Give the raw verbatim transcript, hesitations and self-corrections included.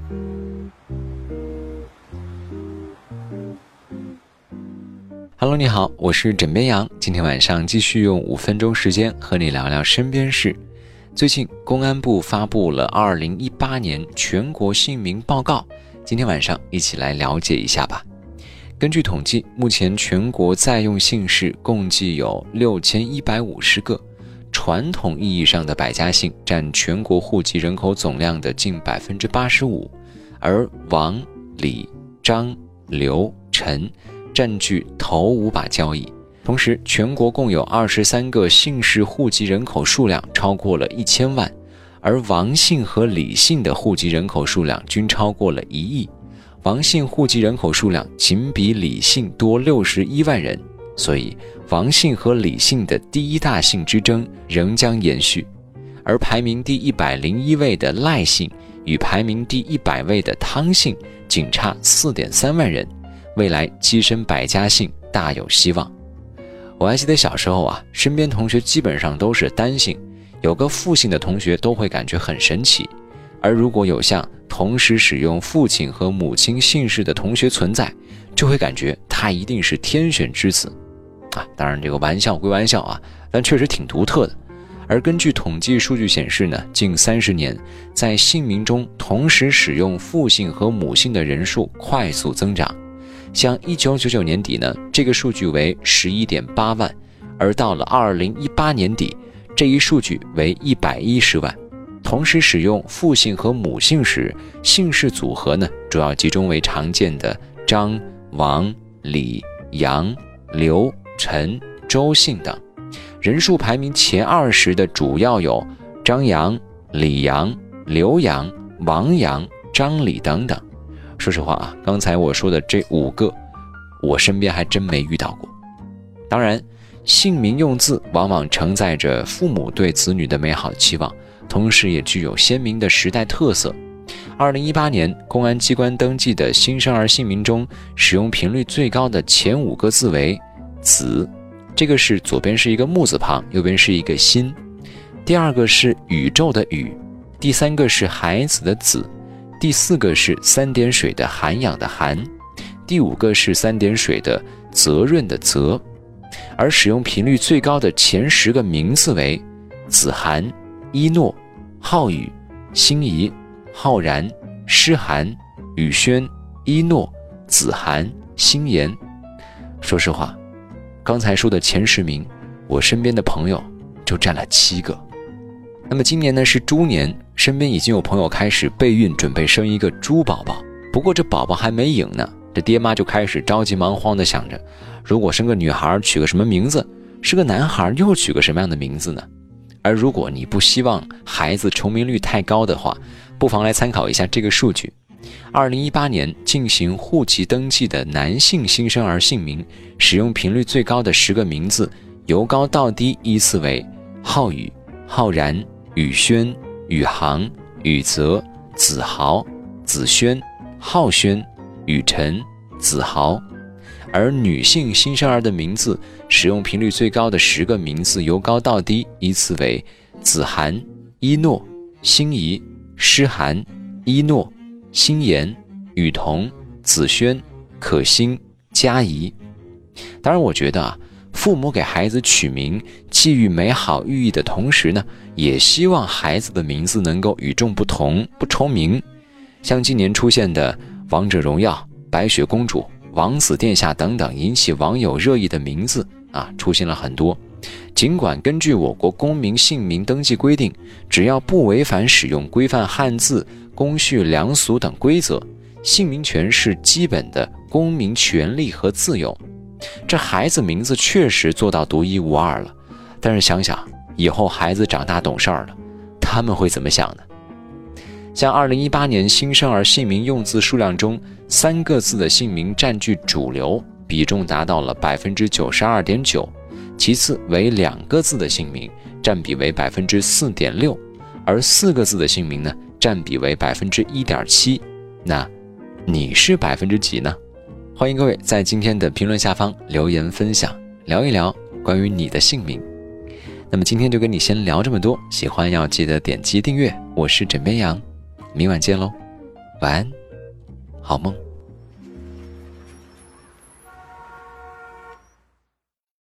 Hello， 你好，我是枕边羊，今天晚上继续用五分钟时间和你聊聊身边事。最近公安部发布了二零一八年全国姓名报告，今天晚上一起来了解一下吧。根据统计，目前全国在用姓氏共计有六千一百五十个，传统意义上的百家姓占全国户籍人口总量的近 百分之八十五， 而王、李、张、刘、陈占据头五把交椅。同时，全国共有二十三个姓氏户籍人口数量超过了一千万，而王姓和李姓的户籍人口数量均超过了一亿。王姓户籍人口数量仅比李姓多六十一万人，所以王姓和李姓的第一大姓之争仍将延续。而排名第一百零一位的赖姓与排名第一百位的汤姓仅差 四点三万人，未来跻身百家姓大有希望。我还记得小时候啊，身边同学基本上都是单姓，有个复姓的同学都会感觉很神奇。而如果有像同时使用父亲和母亲姓氏的同学存在，就会感觉他一定是天选之子啊！当然这个玩笑归玩笑啊，但确实挺独特的。而根据统计数据显示呢，近三十年在姓名中同时使用父姓和母姓的人数快速增长。像一九九九年底呢，这个数据为 十一点八万，而到了二零一八年底，这一数据为一百一十万。同时使用父姓和母姓时，姓氏组合呢，主要集中为常见的张、王、李、杨、刘、陈、周姓等。人数排名前二十的主要有张杨、李杨、刘杨、王杨、张李等等。说实话啊，刚才我说的这五个，我身边还真没遇到过。当然，姓名用字往往承载着父母对子女的美好期望，同时也具有鲜明的时代特色。二零一八年公安机关登记的新生儿姓名中，使用频率最高的前五个字为子，这个是左边是一个木字旁，右边是一个心。第二个是宇宙的宇，第三个是孩子的子，第四个是三点水的涵养的涵，第五个是三点水的责任的责。而使用频率最高的前十个名字为子涵、一诺、浩宇、心怡、浩然、诗涵、宇轩、一诺、子涵、心妍。说实话，刚才说的前十名，我身边的朋友就占了七个。那么今年呢是猪年，身边已经有朋友开始备孕，准备生一个猪宝宝。不过这宝宝还没影呢，这爹妈就开始着急忙慌地想着，如果生个女孩取个什么名字，是个男孩又取个什么样的名字呢？而如果你不希望孩子重名率太高的话，不妨来参考一下这个数据。二零一八年进行户籍登记的男性新生儿姓名，使用频率最高的十个名字，由高到低依次为浩宇、浩然、宇轩、宇航、宇泽、子豪、子轩、浩轩、宇晨、子豪。而女性新生儿的名字使用频率最高的十个名字，由高到低依次为子涵、一诺、心怡、诗涵、一诺、心妍、雨桐、子轩、可心、佳怡。当然我觉得啊，父母给孩子取名寄予美好寓意的同时呢，也希望孩子的名字能够与众不同，不重名。像今年出现的王者荣耀、白雪公主、王子殿下等等引起网友热议的名字啊，出现了很多。尽管根据我国公民姓名登记规定，只要不违反使用规范汉字、公序良俗等规则，姓名权是基本的公民权利和自由。这孩子名字确实做到独一无二了，但是想想以后孩子长大懂事儿了，他们会怎么想呢？像二零一八年新生儿姓名用字数量中，三个字的姓名占据主流，比重达到了 百分之九十二点九， 其次为两个字的姓名，占比为 百分之四点六， 而四个字的姓名呢，占比为 百分之一点七。 那你是百分之几呢？欢迎各位在今天的评论下方留言分享，聊一聊关于你的姓名。那么今天就跟你先聊这么多，喜欢要记得点击订阅，我是枕边羊，明晚见喽。 晚安，好梦。